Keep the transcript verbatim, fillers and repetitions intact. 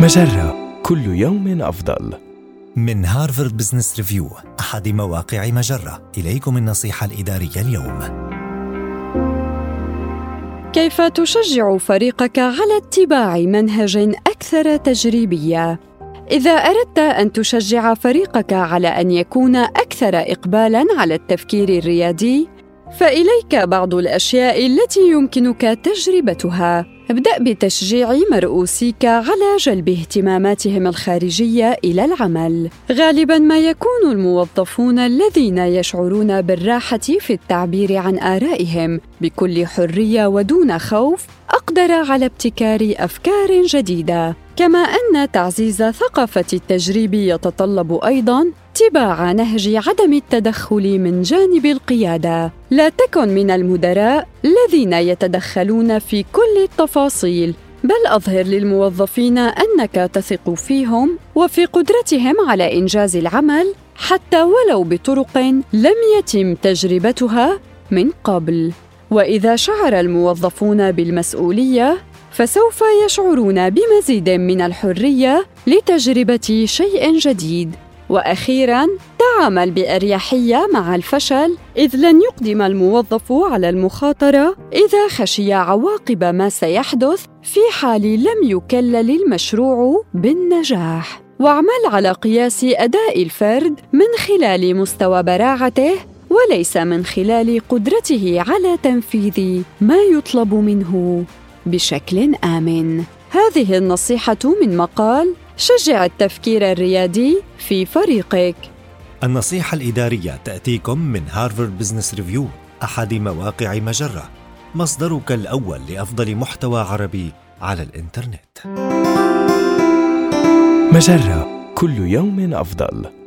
مجرة، كل يوم أفضل. من هارفارد بزنس ريفيو، أحد مواقع مجرة، إليكم النصيحة الإدارية اليوم. كيف تشجع فريقك على اتباع منهج أكثر تجريبية؟ إذا أردت أن تشجع فريقك على أن يكون أكثر إقبالاً على التفكير الريادي، فإليك بعض الأشياء التي يمكنك تجربتها. ابدأ بتشجيع مرؤوسيك على جلب اهتماماتهم الخارجية إلى العمل. غالباً ما يكون الموظفون الذين يشعرون بالراحة في التعبير عن آرائهم بكل حرية ودون خوف أقدر على ابتكار أفكار جديدة. كما أن تعزيز ثقافة التجريب يتطلب أيضاً اتباع نهج عدم التدخل من جانب القيادة. لا تكن من المدراء الذين يتدخلون في كل التفاصيل، بل أظهر للموظفين أنك تثق فيهم وفي قدرتهم على إنجاز العمل حتى ولو بطرق لم يتم تجربتها من قبل. وإذا شعر الموظفون بالمسؤولية، فسوف يشعرون بمزيد من الحرية لتجربة شيء جديد. وأخيراً، تعامل بأريحية مع الفشل، إذ لن يقدم الموظف على المخاطرة إذا خشي عواقب ما سيحدث في حال لم يكلل المشروع بالنجاح. واعمل على قياس أداء الفرد من خلال مستوى براعته وليس من خلال قدرته على تنفيذ ما يطلب منه بشكل آمن. هذه النصيحة من مقال شجع التفكير الريادي في فريقك. النصيحة الإدارية تأتيكم من هارفارد بزنس ريفيو، أحد مواقع مجرة، مصدرك الأول لأفضل محتوى عربي على الإنترنت. مجرة، كل يوم أفضل.